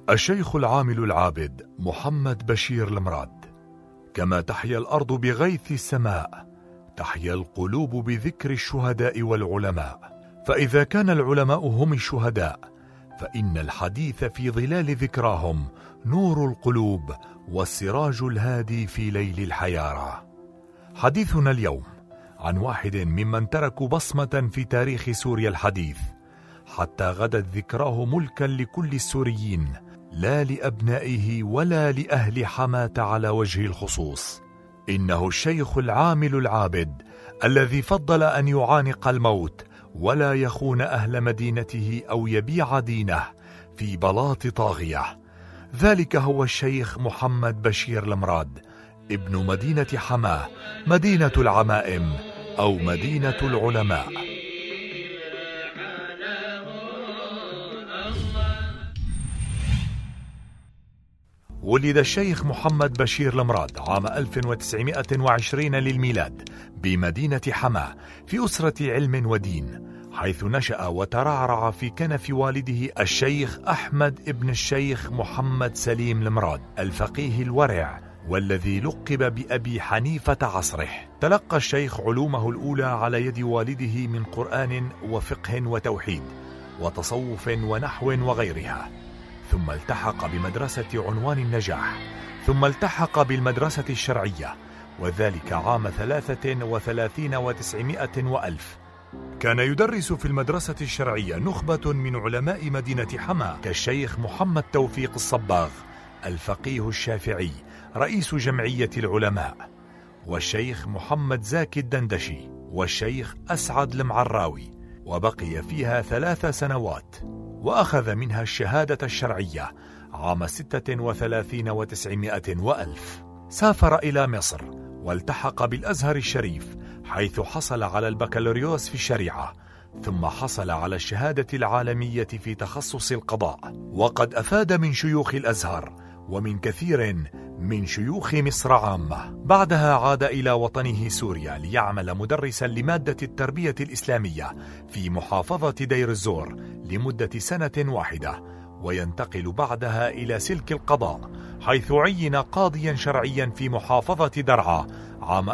الشيخ العامل العابد محمد بشير المراد. كما تحيا الأرض بغيث السماء تحيا القلوب بذكر الشهداء والعلماء، فإذا كان العلماء هم الشهداء فإن الحديث في ظلال ذكراهم نور القلوب والسراج الهادي في ليل الحيارى. حديثنا اليوم عن واحد ممن تركوا بصمة في تاريخ سوريا الحديث، حتى غدت ذكراه ملكا لكل السوريين، لا لأبنائه ولا لأهل حماة على وجه الخصوص. إنه الشيخ العامل العابد الذي فضل أن يعانق الموت ولا يخون أهل مدينته أو يبيع دينه في بلاط طاغية. ذلك هو الشيخ محمد بشير المراد، ابن مدينة حماة، مدينة العمائم أو مدينة العلماء. ولد الشيخ محمد بشير المراد عام 1920 للميلاد بمدينة حماة في أسرة علم ودين، حيث نشأ وترعرع في كنف والده الشيخ أحمد ابن الشيخ محمد سليم المراد الفقيه الورع، والذي لقب بأبي حنيفة عصره. تلقى الشيخ علومه الأولى على يد والده من قرآن وفقه وتوحيد وتصوف ونحو وغيرها، ثم التحق بمدرسة عنوان النجاح، ثم التحق بالمدرسة الشرعية، وذلك عام 33 و900 وألف. كان يدرس في المدرسة الشرعية نخبة من علماء مدينة حماة كالشيخ محمد توفيق الصباغ الفقيه الشافعي رئيس جمعية العلماء، والشيخ محمد زاكي الدندشي، والشيخ أسعد المعراوي، وبقي فيها 3 سنوات، وأخذ منها الشهادة الشرعية عام 36 و900 وألف. سافر إلى مصر والتحق بالأزهر الشريف، حيث حصل على البكالوريوس في الشريعة، ثم حصل على الشهادة العالمية في تخصص القضاء. وقد أفاد من شيوخ الأزهر ومن كثير من شيوخ مصر عامة. بعدها عاد إلى وطنه سوريا ليعمل مدرسا لمادة التربية الإسلامية في محافظة دير الزور لمدة 1 سنة، وينتقل بعدها إلى سلك القضاء، حيث عين قاضيا شرعيا في محافظة درعا عام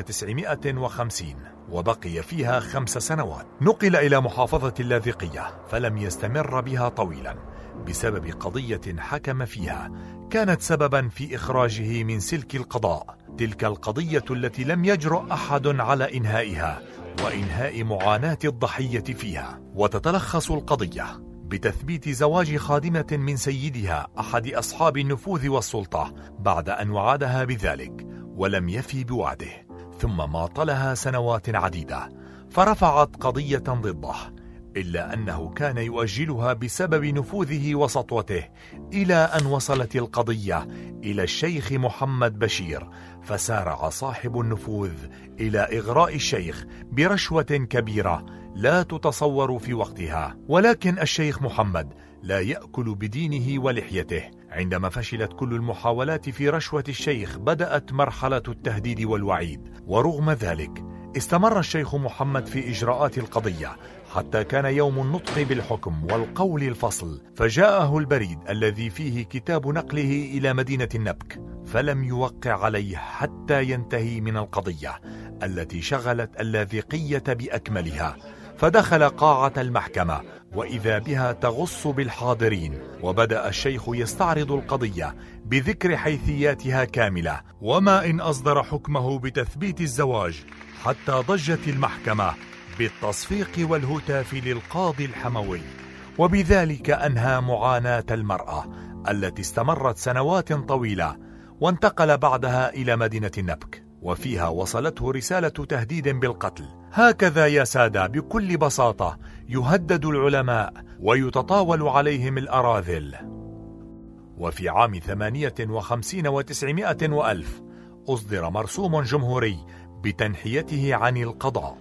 1950، وبقي فيها 5 سنوات. نقل إلى محافظة اللاذقية فلم يستمر بها طويلا بسبب قضية حكم فيها كانت سببا في إخراجه من سلك القضاء، تلك القضية التي لم يجرؤ أحد على إنهائها وإنهاء معاناة الضحية فيها. وتتلخص القضية بتثبيت زواج خادمة من سيدها أحد أصحاب النفوذ والسلطة بعد أن وعدها بذلك ولم يفي بوعده، ثم ماطلها سنوات عديدة فرفعت قضية ضده، إلا أنه كان يؤجلها بسبب نفوذه وسطوته، إلى أن وصلت القضية إلى الشيخ محمد بشير، فسارع صاحب النفوذ إلى إغراء الشيخ برشوة كبيرة لا تتصور في وقتها. ولكن الشيخ محمد لا يأكل بدينه ولحيته. عندما فشلت كل المحاولات في رشوة الشيخ بدأت مرحلة التهديد والوعيد، ورغم ذلك استمر الشيخ محمد في إجراءات القضية حتى كان يوم النطق بالحكم والقول الفصل، فجاءه البريد الذي فيه كتاب نقله إلى مدينة النبك، فلم يوقع عليه حتى ينتهي من القضية التي شغلت اللاذقية بأكملها. فدخل قاعة المحكمة وإذا بها تغص بالحاضرين، وبدأ الشيخ يستعرض القضية بذكر حيثياتها كاملة، وما إن أصدر حكمه بتثبيت الزواج، حتى ضجت المحكمة بالتصفيق والهتاف للقاضي الحموي، وبذلك أنهى معاناة المرأة التي استمرت سنوات طويلة، وانتقل بعدها إلى مدينة النبك، وفيها وصلته رسالة تهديد بالقتل. هكذا يا سادة بكل بساطة يهدد العلماء ويتطاول عليهم الأراذل. وفي عام 58 و900 وألف أصدر مرسوم جمهوري بتنحيته عن القضاء.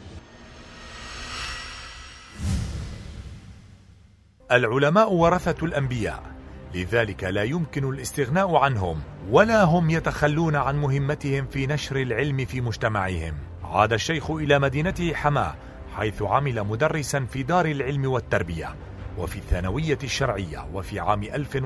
العلماء ورثة الأنبياء، لذلك لا يمكن الاستغناء عنهم، ولا هم يتخلون عن مهمتهم في نشر العلم في مجتمعهم. عاد الشيخ إلى مدينته حماة، حيث عمل مدرسا في دار العلم والتربية، وفي الثانوية الشرعية. وفي عام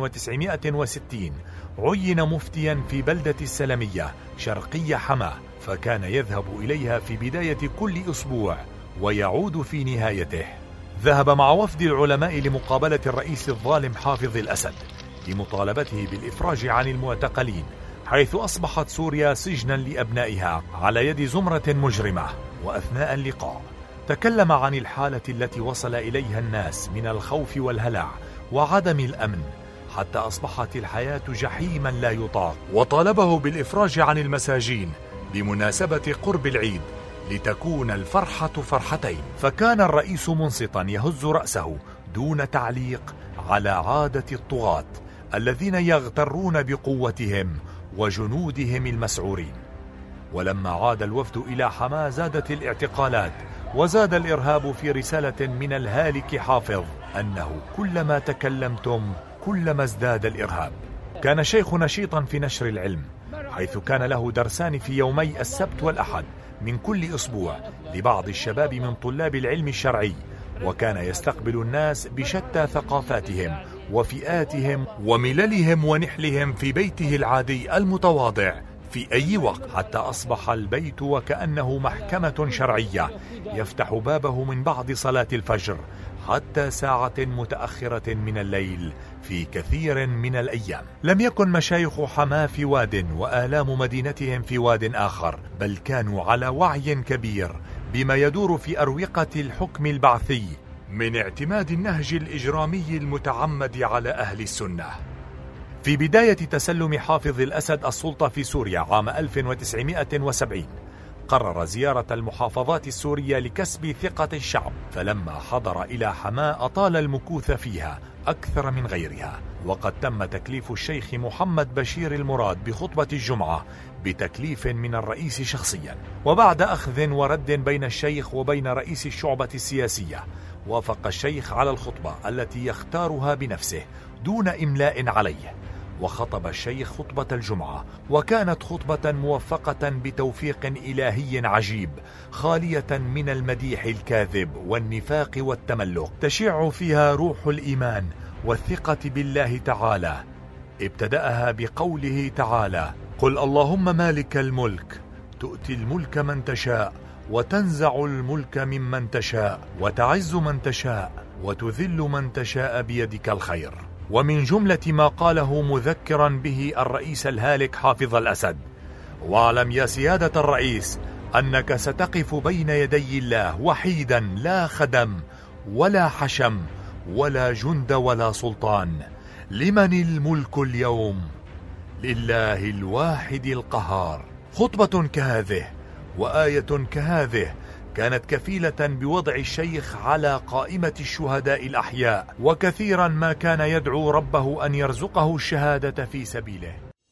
1960 عين مفتيا في بلدة السلمية شرقي حماة، فكان يذهب إليها في بداية كل أسبوع ويعود في نهايته. ذهب مع وفد العلماء لمقابلة الرئيس الظالم حافظ الأسد لمطالبته بالإفراج عن المعتقلين، حيث أصبحت سوريا سجنا لأبنائها على يد زمرة مجرمة. وأثناء اللقاء تكلم عن الحالة التي وصل إليها الناس من الخوف والهلع وعدم الأمن، حتى أصبحت الحياة جحيما لا يطاق، وطالبه بالإفراج عن المساجين بمناسبة قرب العيد لتكون الفرحة فرحتين. فكان الرئيس منصتا يهز رأسه دون تعليق على عادة الطغاة الذين يغترون بقوتهم وجنودهم المسعورين. ولما عاد الوفد إلى حماة زادت الاعتقالات وزاد الإرهاب، في رسالة من الهالك حافظ أنه كلما تكلمتم كلما ازداد الإرهاب. كان الشيخ نشيطا في نشر العلم، حيث كان له درسان في يومي السبت والأحد من كل أسبوع لبعض الشباب من طلاب العلم الشرعي، وكان يستقبل الناس بشتى ثقافاتهم وفئاتهم ومللهم ونحلهم في بيته العادي المتواضع في أي وقت، حتى أصبح البيت وكأنه محكمة شرعية يفتح بابه من بعد صلاة الفجر حتى ساعة متأخرة من الليل في كثير من الأيام. لم يكن مشايخ حماة في واد وآلام مدينتهم في واد آخر، بل كانوا على وعي كبير بما يدور في أروقة الحكم البعثي من اعتماد النهج الإجرامي المتعمد على أهل السنة. في بداية تسلم حافظ الأسد السلطة في سوريا عام 1970 قرر زيارة المحافظات السورية لكسب ثقة الشعب، فلما حضر إلى حماة أطال المكوث فيها أكثر من غيرها. وقد تم تكليف الشيخ محمد بشير المراد بخطبة الجمعة بتكليف من الرئيس شخصيا. وبعد أخذ ورد بين الشيخ وبين رئيس الشعبة السياسية، وافق الشيخ على الخطبة التي يختارها بنفسه دون إملاء عليه. وخطب الشيخ خطبة الجمعة، وكانت خطبة موفقة بتوفيق إلهي عجيب، خالية من المديح الكاذب والنفاق والتملق، تشع فيها روح الإيمان والثقة بالله تعالى. ابتدأها بقوله تعالى: قل اللهم مالك الملك تؤتي الملك من تشاء وتنزع الملك ممن تشاء وتعز من تشاء وتذل من تشاء بيدك الخير. ومن جملة ما قاله مذكرا به الرئيس الهالك حافظ الأسد: واعلم يا سيادة الرئيس أنك ستقف بين يدي الله وحيدا، لا خدم ولا حشم ولا جند ولا سلطان. لمن الملك اليوم؟ لله الواحد القهار. خطبة كهذه وآية كهذه كانت كفيلة بوضع الشيخ على قائمة الشهداء الأحياء، وكثيرا ما كان يدعو ربه أن يرزقه الشهادة في سبيله.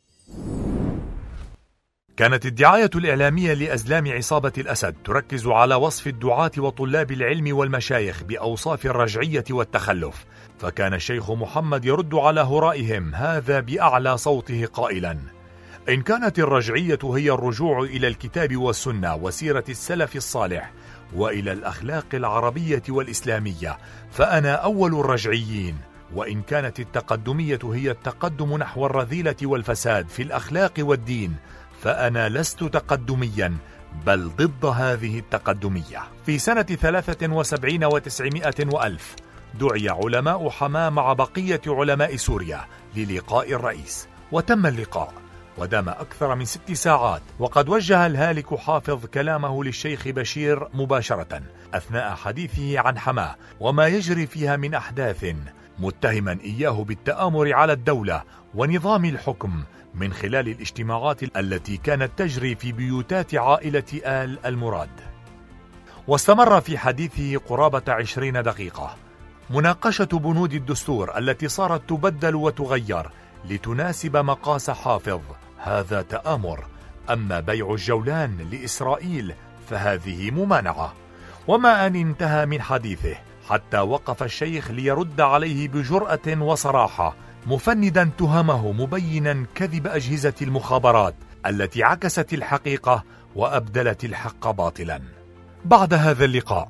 كانت الدعاية الإعلامية لأزلام عصابة الأسد تركز على وصف الدعاة وطلاب العلم والمشايخ بأوصاف الرجعية والتخلف، فكان الشيخ محمد يرد على هرائهم هذا بأعلى صوته قائلا: إن كانت الرجعية هي الرجوع إلى الكتاب والسنة وسيرة السلف الصالح وإلى الأخلاق العربية والإسلامية فأنا أول الرجعيين، وإن كانت التقدمية هي التقدم نحو الرذيلة والفساد في الأخلاق والدين فأنا لست تقدميا بل ضد هذه التقدمية. في سنة 73 و900 وألف دعي علماء حماة مع بقية علماء سوريا للقاء الرئيس، وتم اللقاء ودام أكثر من 6 ساعات. وقد وجه الهالك حافظ كلامه للشيخ بشير مباشرة أثناء حديثه عن حماة وما يجري فيها من أحداث، متهما إياه بالتآمر على الدولة ونظام الحكم من خلال الاجتماعات التي كانت تجري في بيوتات عائلة آل المراد. واستمر في حديثه قرابة 20 دقيقة مناقشة بنود الدستور التي صارت تبدل وتغير لتناسب مقاس حافظ، هذا تآمر. أما بيع الجولان لإسرائيل فهذه ممانعة. وما أن انتهى من حديثه حتى وقف الشيخ ليرد عليه بجرأة وصراحة، مفندا تهمه مبينا كذب أجهزة المخابرات التي عكست الحقيقة وأبدلت الحق باطلا. بعد هذا اللقاء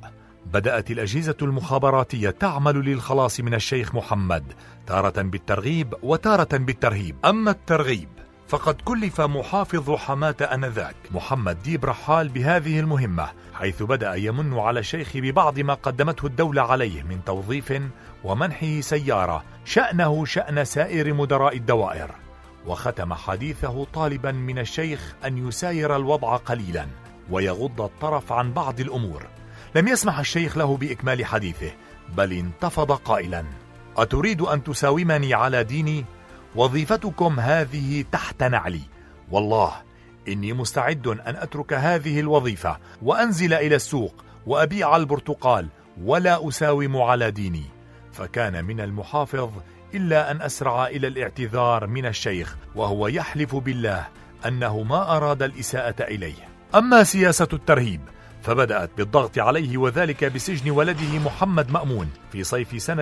بدأت الأجهزة المخابراتية تعمل للخلاص من الشيخ محمد، تارة بالترغيب وتارة بالترهيب. أما الترغيب فقد كلف محافظ حماة آنذاك محمد ديب رحال بهذه المهمة، حيث بدأ يمن على الشيخ ببعض ما قدمته الدولة عليه من توظيف ومنحه سيارة شأنه شأن سائر مدراء الدوائر، وختم حديثه طالبا من الشيخ أن يساير الوضع قليلا ويغض الطرف عن بعض الأمور. لم يسمح الشيخ له بإكمال حديثه، بل انتفض قائلا: أتريد أن تساومني على ديني؟ وظيفتكم هذه تحت نعلي، والله إني مستعد أن أترك هذه الوظيفة وأنزل إلى السوق وأبيع البرتقال ولا أساوم على ديني. فكان من المحافظ إلا أن أسرع إلى الاعتذار من الشيخ، وهو يحلف بالله أنه ما أراد الإساءة إليه. أما سياسة الترهيب فبدأت بالضغط عليه، وذلك بسجن ولده محمد مأمون في صيف سنة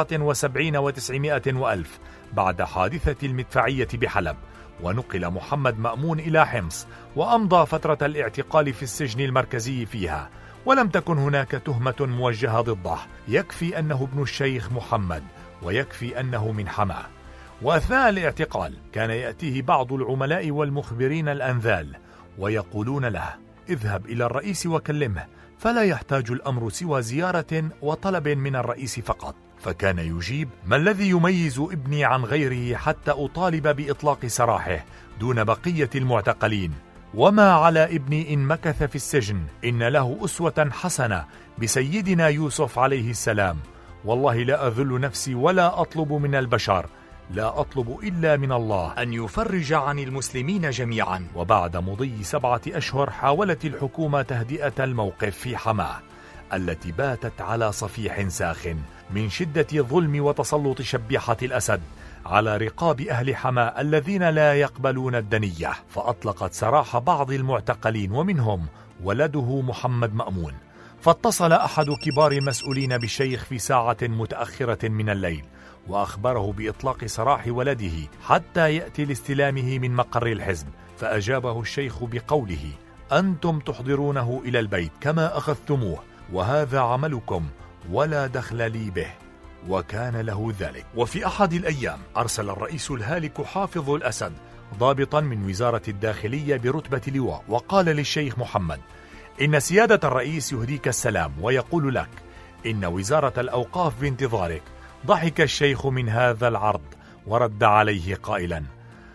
79 و900 وألف بعد حادثة المدفعية بحلب، ونقل محمد مأمون إلى حمص وأمضى فترة الاعتقال في السجن المركزي فيها، ولم تكن هناك تهمة موجهة ضده، يكفي أنه ابن الشيخ محمد ويكفي أنه من حماة. وأثناء الاعتقال كان يأتيه بعض العملاء والمخبرين الأنذال ويقولون له: اذهب إلى الرئيس وكلمه، فلا يحتاج الأمر سوى زيارة وطلب من الرئيس فقط. فكان يجيب: ما الذي يميز ابني عن غيره حتى أطالب بإطلاق سراحه دون بقية المعتقلين؟ وما على ابني إن مكث في السجن، إن له أسوة حسنة بسيدنا يوسف عليه السلام. والله لا أذل نفسي ولا أطلب من البشر، لا أطلب إلا من الله أن يفرج عن المسلمين جميعا. وبعد مضي 7 أشهر حاولت الحكومة تهدئة الموقف في حماة التي باتت على صفيح ساخن من شدة ظلم وتسلط شبيحة الأسد على رقاب أهل حماة الذين لا يقبلون الدنية، فأطلقت سراح بعض المعتقلين ومنهم ولده محمد مأمون. فاتصل أحد كبار المسؤولين بالشيخ في ساعة متأخرة من الليل وأخبره بإطلاق سراح ولده حتى يأتي لاستلامه من مقر الحزب، فأجابه الشيخ بقوله: أنتم تحضرونه إلى البيت كما أخذتموه، وهذا عملكم ولا دخل لي به. وكان له ذلك. وفي أحد الأيام أرسل الرئيس الهالك حافظ الأسد ضابطا من وزارة الداخلية برتبة لواء، وقال للشيخ محمد: إن سيادة الرئيس يهديك السلام ويقول لك إن وزارة الأوقاف بانتظارك. ضحك الشيخ من هذا العرض ورد عليه قائلا: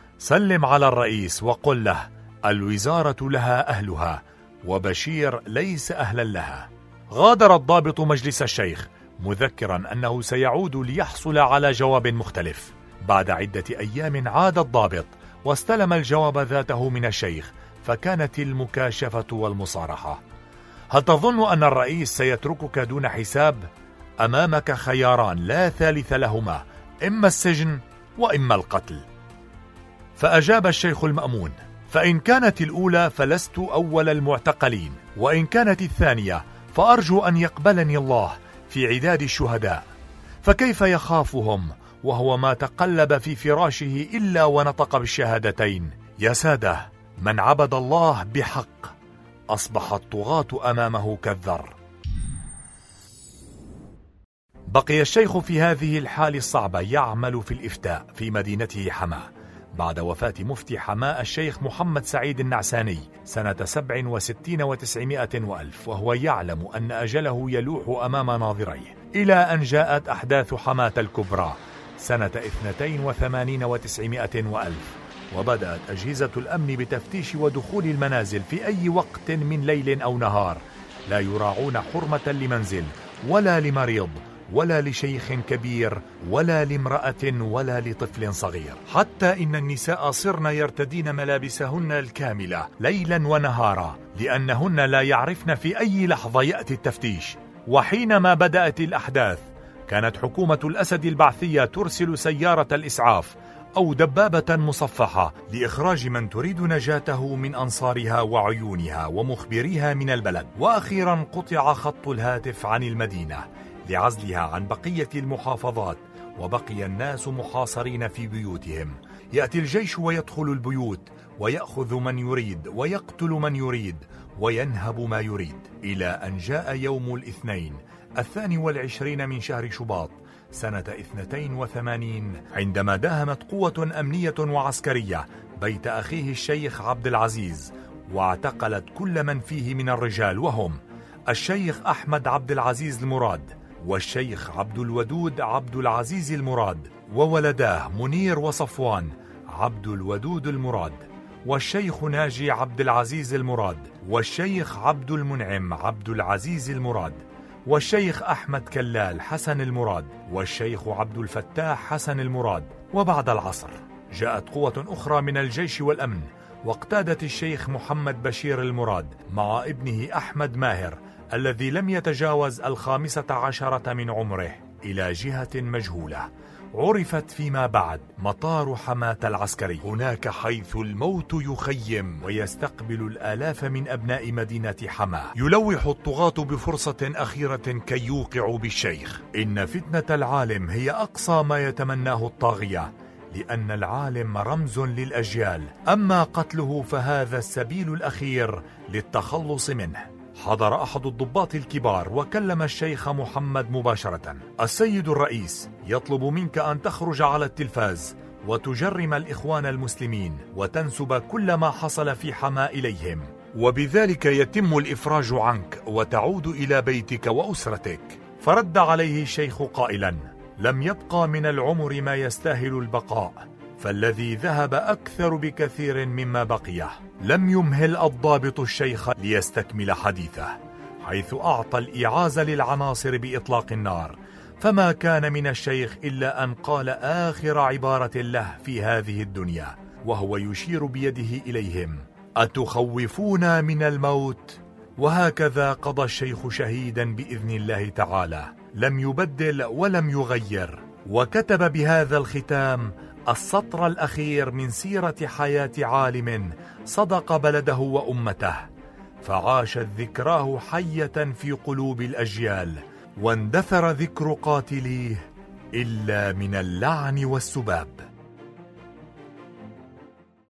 سلم على الرئيس وقل له الوزارة لها أهلها وبشير ليس أهلا لها. غادر الضابط مجلس الشيخ مذكرا أنه سيعود ليحصل على جواب مختلف. بعد عدة أيام عاد الضابط واستلم الجواب ذاته من الشيخ، فكانت المكاشفة والمصارحة. هل تظن أن الرئيس سيتركك دون حساب؟ أمامك خياران لا ثالث لهما، إما السجن وإما القتل. فأجاب الشيخ المأمون: فإن كانت الأولى فلست أول المعتقلين، وإن كانت الثانية فأرجو أن يقبلني الله في عداد الشهداء. فكيف يخافهم وهو ما تقلب في فراشه إلا ونطق بالشهادتين. يا سادة، من عبد الله بحق أصبح الطغاة أمامه كالذر. بقي الشيخ في هذه الحال الصعبة يعمل في الإفتاء في مدينته حماة بعد وفاة مفتي حماة الشيخ محمد سعيد النعساني سنة 67 و900 وألف، وهو يعلم أن أجله يلوح أمام ناظريه، إلى أن جاءت أحداث حماة الكبرى سنة 82 و900 وألف، وبدأت أجهزة الأمن بتفتيش ودخول المنازل في أي وقت من ليل أو نهار، لا يراعون حرمة لمنزل ولا لمريض ولا لشيخ كبير ولا لامرأة ولا لطفل صغير، حتى إن النساء صرن يرتدين ملابسهن الكاملة ليلا ونهارا، لأنهن لا يعرفن في أي لحظة يأتي التفتيش. وحينما بدأت الأحداث كانت حكومة الأسد البعثية ترسل سيارة الإسعاف أو دبابة مصفحة لإخراج من تريد نجاته من أنصارها وعيونها ومخبريها من البلد. وأخيرا قطع خط الهاتف عن المدينة لعزلها عن بقية المحافظات، وبقي الناس محاصرين في بيوتهم. يأتي الجيش ويدخل البيوت ويأخذ من يريد ويقتل من يريد، وينهب ما يريد، إلى أن جاء يوم الاثنين 22 من شهر شباط سنة 82 عندما داهمت قوة أمنية وعسكرية بيت أخيه الشيخ عبد العزيز، واعتقلت كل من فيه من الرجال، وهم الشيخ أحمد عبد العزيز المراد، والشيخ عبد الودود عبد العزيز المراد، وولداه منير وصفوان عبد الودود المراد، والشيخ ناجي عبد العزيز المراد، والشيخ عبد المنعم عبد العزيز المراد، والشيخ أحمد كلال حسن المراد، والشيخ عبد الفتاح حسن المراد. وبعد العصر جاءت قوة أخرى من الجيش والأمن، واقتادت الشيخ محمد بشير المراد مع ابنه أحمد ماهر الذي لم يتجاوز 15 من عمره إلى جهة مجهولة عرفت فيما بعد مطار حماة العسكري، هناك حيث الموت يخيم ويستقبل الآلاف من أبناء مدينة حماة. يلوح الطغاة بفرصة أخيرة كي يوقعوا بالشيخ. إن فتنة العالم هي أقصى ما يتمناه الطاغية، لأن العالم رمز للأجيال، أما قتله فهذا السبيل الأخير للتخلص منه. حضر أحد الضباط الكبار وكلم الشيخ محمد مباشرة: السيد الرئيس يطلب منك أن تخرج على التلفاز وتجرم الإخوان المسلمين وتنسب كل ما حصل في حماة إليهم، وبذلك يتم الإفراج عنك وتعود إلى بيتك وأسرتك. فرد عليه الشيخ قائلا: لم يبقى من العمر ما يستاهل البقاء، فالذي ذهب أكثر بكثير مما بقيه. لم يمهل الضابط الشيخ ليستكمل حديثه، حيث أعطى الإعازة للعناصر بإطلاق النار، فما كان من الشيخ إلا أن قال آخر عبارة له في هذه الدنيا وهو يشير بيده إليهم: أتخوفون من الموت؟ وهكذا قضى الشيخ شهيدا بإذن الله تعالى، لم يبدل ولم يغير. وكتب بهذا الختام السطر الأخير من سيرة حياة عالم صدق بلده وأمته، فعاشت ذكراه حية في قلوب الأجيال، واندثر ذكر قاتليه إلا من اللعن والسباب.